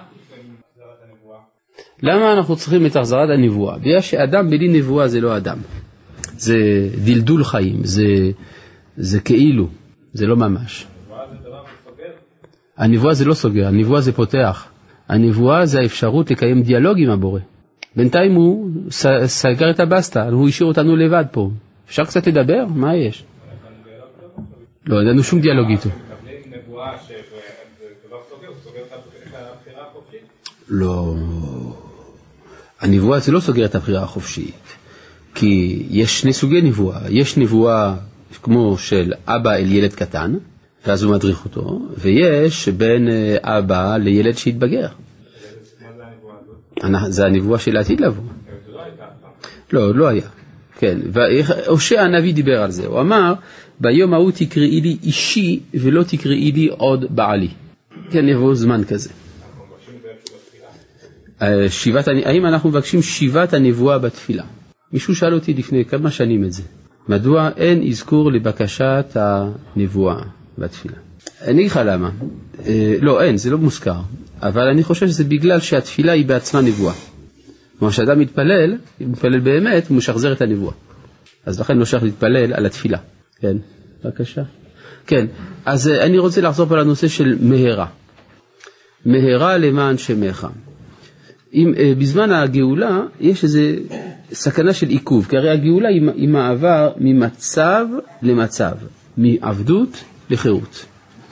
למה אנחנו צריכים את החזרת הנבואה? בגלל שאדם בלי נבואה זה לא אדם. זה דלדול חיים, זה כאילו, זה לא ממש. הנבואה זה לא סוגר, הנבואה זה פותח. הנבואה זה האפשרות לקיים דיאלוג עם הבורא. בינתיים הוא סגר את הבסטה, הוא השאיר אותנו לבד פה. אפשר קצת לדבר? מה יש? לא, אין לנו שום דיאלוג איתו. לא. הנבואה זה לא סוגר את הבחירה החופשית. כי יש שני סוגי נבואה. יש נבואה כמו של אבא אל ילד קטן, ואז הוא מדריך אותו, ויש בין אבא לילד שהתבגר. זה הנבואה של העתיד לבוא. לא, לא היה. כן, והושע הנביא דיבר על זה. הוא אמר, ביום ההוא תקראי לי אישי ולא תקראי לי עוד בעלי. כן, יבוא זמן כזה. האם אנחנו מבקשים שיבת הנבואה בתפילה? מישהו שאל אותי לפני כמה שנים את זה. מדוע אין אזכור לבקשת הנבואה בתפילה? אני אגיד לך למה. לא, אין, זה לא מוזכר. אבל אני חושב שזה בגלל שהתפילה היא בעצמה נבואה. כלומר, כשאדם מתפלל, אם מתפלל באמת, הוא משחזר את הנבואה. אז לכן לא שייך להתפלל על התפילה. כן, בבקשה. כן, אז אני רוצה לחזור פה לנושא של מהרה. מהרה למען שמך. בזמן הגאולה יש איזו סכנה של עיכוב, כי הרי הגאולה היא מעבר ממצב למצב, מעבדות לחירות.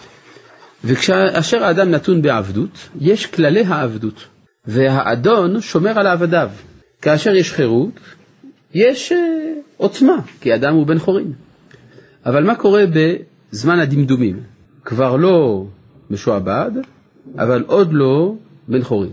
וכאשר האדם נתון בעבדות, יש כללי העבדות, והאדון שומר על העבדיו. כאשר יש חירות, יש עוצמה, כי האדם הוא בן חורין. אבל מה קורה בזמן הדמדומים? כבר לא משועבד, אבל עוד לא בן חורין.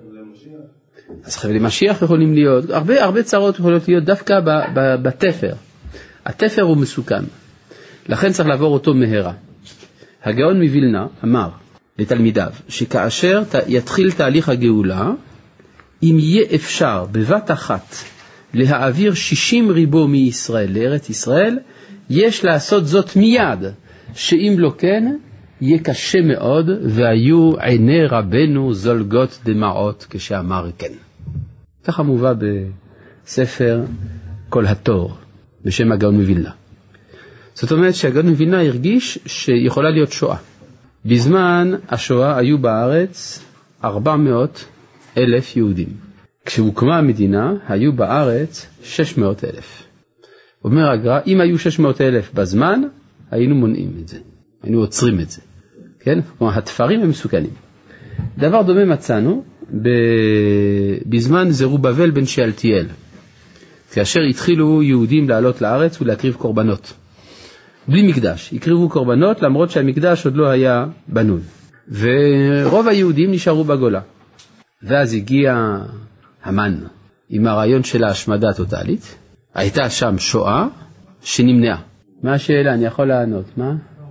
אז חבלי משיח יכולים להיות, הרבה צרות יכולות להיות דווקא בתפר. התפר הוא מסוכן, לכן צריך לעבור אותו מהרה. הגאון מווילנה אמר לתלמידיו, שכאשר יתחיל תהליך הגאולה, אם יהיה אפשר בבת אחת להעביר 60 ריבו מישראל לארץ ישראל, יש לעשות זאת מיד, שאם לא כן, יהיה קשה מאוד, והיו עיני רבנו זולגות דמעות כשאמר כן. ככה מובא בספר כל התור, בשם הגאון מווילנה. זאת אומרת שהגאון מווילנה הרגיש שיכולה להיות שואה. בזמן השואה היו בארץ 400,000 יהודים. כשהוקמה המדינה היו בארץ 600,000. אומר הגר"א, אם היו 600,000 בזמן, היינו מונעים את זה. היינו עוצרים את זה. כן? כלומר, התפרים הם מסוכנים. דבר דומה מצאנו בזמן זרובבל בן שאלתיאל. כאשר התחילו יהודים לעלות לארץ ולהקריב קורבנות. בלי מקדש. הקריבו קורבנות למרות שהמקדש עוד לא היה בנוי. ורוב היהודים נשארו בגולה. ואז הגיע המן עם הרעיון של ההשמדה הטוטלית. הייתה שם שואה שנמנעה. מה השאלה? אני יכול לענות. מה?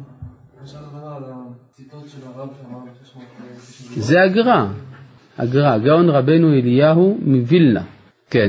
זה הגר"א, גאון רבנו אליהו מווילנה. כן,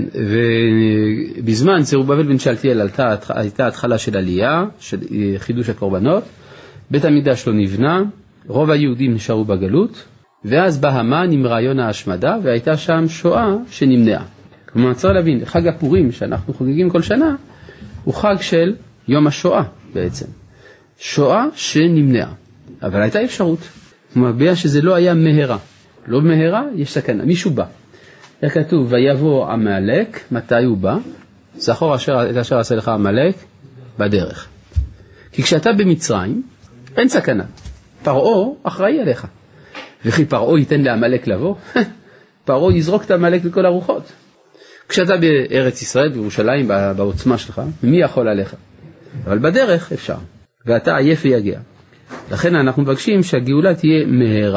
ובזמן זרובבל בן שאלתיאל הייתה התחלה של עלייה, של חידוש הקורבנות, בית המקדש לא נבנה, רוב היהודים נשארו בגלות, ואז בא המן עם רעיון ההשמדה, והייתה שם שואה שנמנעה. כלומר, צריך להבין, חג הפורים שאנחנו חוגגים כל שנה, הוא חג של יום השואה בעצם. שואה שנמנעה. אבל הייתה אפשרות. כלומר, בגלל שזה לא היה מהרה. לא מהרה, יש סכנה. מישהו בא. היה כתוב, ויבוא עמלק, מתי הוא בא? זכור אשר עשה לך עמלק בדרך. כי כשאתה במצרים, אין סכנה. פרעה אחראי עליך. וכי פרעה ייתן לעמלק לבוא? פרעה יזרוק את עמלק לכל הרוחות. כשאתה בארץ ישראל, בירושלים, בעוצמה שלך, מי יכול עליך? אבל בדרך אפשר. ואתה עייף ויגע. לכן אנחנו מבקשים שהגאולה תהיה מהרה.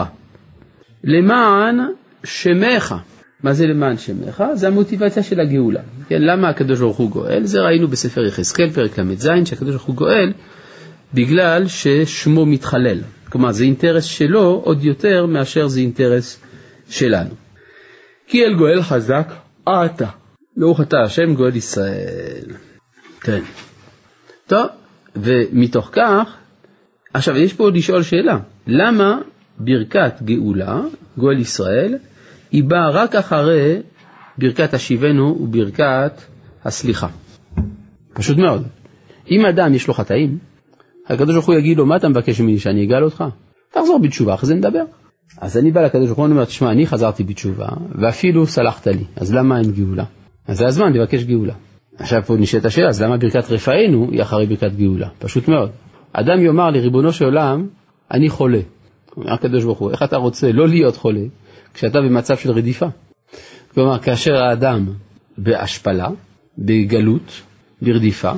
למען שמך. מה זה למען שמך? זה המוטיבציה של הגאולה. כן, למה הקדוש ברוך הוא גואל? זה ראינו בספר יחזקאל, פרק ל"ז, שהקדוש ברוך הוא גואל בגלל ששמו מתחלל. כלומר, זה אינטרס שלו עוד יותר מאשר זה אינטרס שלנו. כי אל גואל חזק, אתה. ברוך אתה השם גואל ישראל. כן. טוב, ומתוך כך, עכשיו יש פה לשאול שאלה. למה ברכת גאולה, גואל ישראל, היא באה רק אחרי ברכת השיבנו וברכת הסליחה? פשוט מאוד. אם אדם יש לו חטאים, הקדוש ברוך הוא יגיד לו, מה אתה מבקש ממני שאני אגאל אותך? תחזור בתשובה, אחרי זה נדבר. אז אני בא לקדוש ברוך הוא ואומר, תשמע, אני חזרתי בתשובה, ואפילו סלחת לי, אז למה אין גאולה? אז זה הזמן לבקש גאולה. עכשיו פה נשאלת השאלה, אז למה ברכת רפאנו היא אחרי ברכת גאולה? פשוט מאוד. אדם יאמר לי, ריבונו של עולם, אני חולה. אומר הקדוש ברוך הוא, איך אתה רוצה לא להיות חולה, כשאתה במצב של רדיפה? כלומר, כאשר האדם בהשפלה, בגלות, ברדיפה,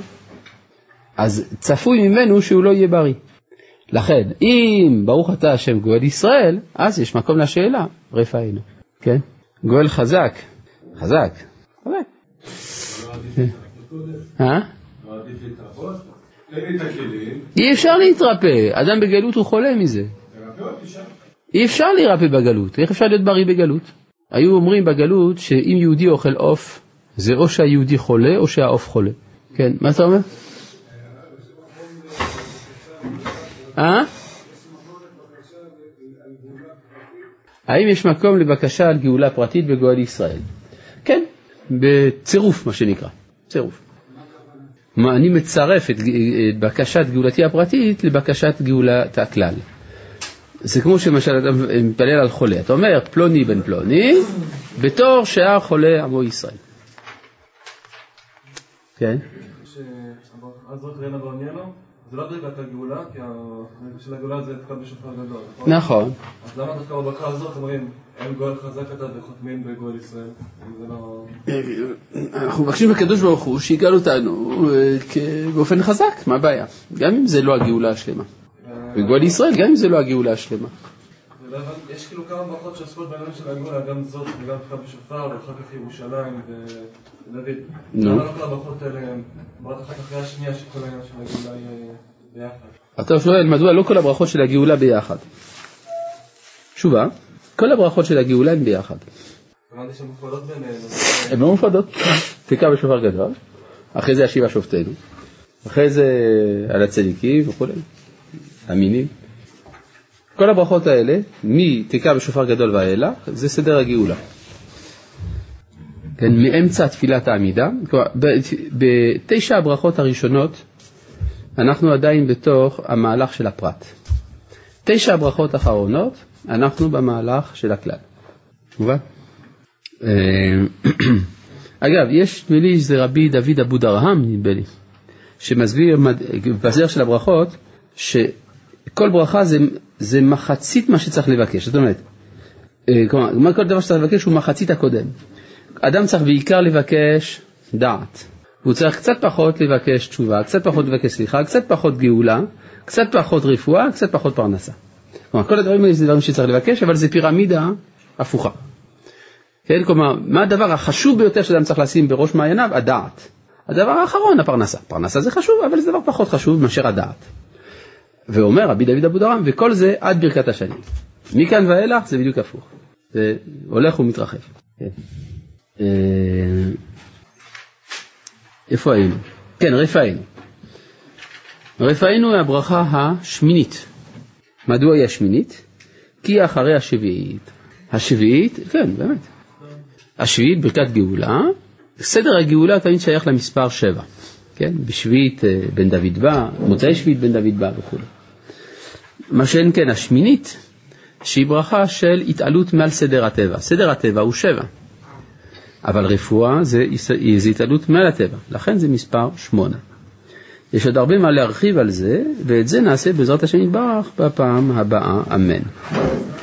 אז צפוי ממנו שהוא לא יהיה בריא. לכן, אם ברוך אתה השם גואל ישראל, אז יש מקום לשאלה, רפאנו. כן? גואל חזק. חזק. אי אפשר להתרפא. אדם בגלות הוא חולה מזה. אי אפשר להירפא בגלות. איך אפשר להיות בריא בגלות? היו אומרים בגלות שאם יהודי אוכל עוף, זה או שהיהודי חולה או שהעוף חולה. כן, מה אתה אומר? האם יש מקום לבקשה על גאולה פרטית בגואל ישראל? כן, בצירוף מה שנקרא, צירוף. אני מצרף את בקשת גאולתי הפרטית לבקשת גאולת הכלל. זה כמו שמשל אתה מתפלל על חולה, אתה אומר פלוני בן פלוני, בתור שאר חולה עמו ישראל. כן? אז זאת רנה בעניינו, זה לא ברכת הגאולה, כי הרגע של הגאולה זה תקע בשופר גדול. נכון. אז למה דווקא בברכה הזאת אומרים, אין גואל חזק אתה וחותמים בגואל ישראל? זה לא... אנחנו מבקשים לקדוש ברוך הוא שיגאל אותנו באופן חזק, מה הבעיה? גם אם זה לא הגאולה השלמה. בגואל ישראל, גם אם זה לא הגאולה השלמה. יש כאילו כמה ברכות שעסקות בעניין של הגאולה, גם זאת וגם תקע בשופר, ואחר כך ירושלים ודוד. למה לא כל הברכות האלה, ברכת אחת אחרי השנייה שכל העניין של הגאולה יהיה ביחד? אתה שואל, מדוע לא כל הברכות של הגאולה ביחד? תשובה, כל הברכות של הגאולה הן ביחד. אמרתי שהן מופרדות ביניהן. הן לא מופרדות. תקע בשופר גדול, אחרי זה השיבה שופטנו, אחרי זה על הצדיקים וכו', אמינים. כל הברכות האלה, מתקע בשופר גדול ואלה, זה סדר הגאולה. כן, מאמצע תפילת העמידה, בתשע הברכות הראשונות, אנחנו עדיין בתוך המהלך של הפרט. 9 הברכות האחרונות, אנחנו במהלך של הכלל. מובן? אגב, יש נדמה זה רבי דוד אבו דרהם, נדמה לי, שמסביר בסדר של הברכות, שכל ברכה זה מחצית מה שצריך לבקש. זאת אומרת, כלומר, כל דבר שצריך לבקש הוא מחצית הקודם. אדם צריך בעיקר לבקש דעת. הוא צריך קצת פחות לבקש תשובה, קצת פחות לבקש סליחה, קצת פחות גאולה, קצת פחות רפואה, קצת פחות פרנסה. כלומר, כל הדברים האלה זה דברים שצריך לבקש, אבל זה פירמידה הפוכה. כן? כלומר, מה הדבר החשוב ביותר שאדם צריך לשים בראש מעייניו? הדעת. הדבר האחרון, הפרנסה. פרנסה זה חשוב, אבל זה דבר פחות חשוב מאשר הדעת. ואומר רבי דוד אבו דרהם, וכל זה עד ברכת השנים. מכאן ואילך זה בדיוק הפוך. זה הולך ומתרחב. כן. איפה היינו? כן, רפאנו. רפאנו היא הברכה השמינית. מדוע היא השמינית? כי אחרי השביעית. השביעית, כן, באמת. השביעית ברכת גאולה, סדר הגאולה תמיד שייך למספר 7. כן? בשביעית בן דוד בא, מוצאי שביעית בן דוד בא וכו'. מה שאין כן, השמינית, שהיא ברכה של התעלות מעל סדר הטבע. סדר הטבע הוא 7. אבל רפואה זה התעלות מעל הטבע. לכן זה מספר 8. יש עוד הרבה מה להרחיב על זה, ואת זה נעשה בעזרת השם יתברך בפעם הבאה. אמן.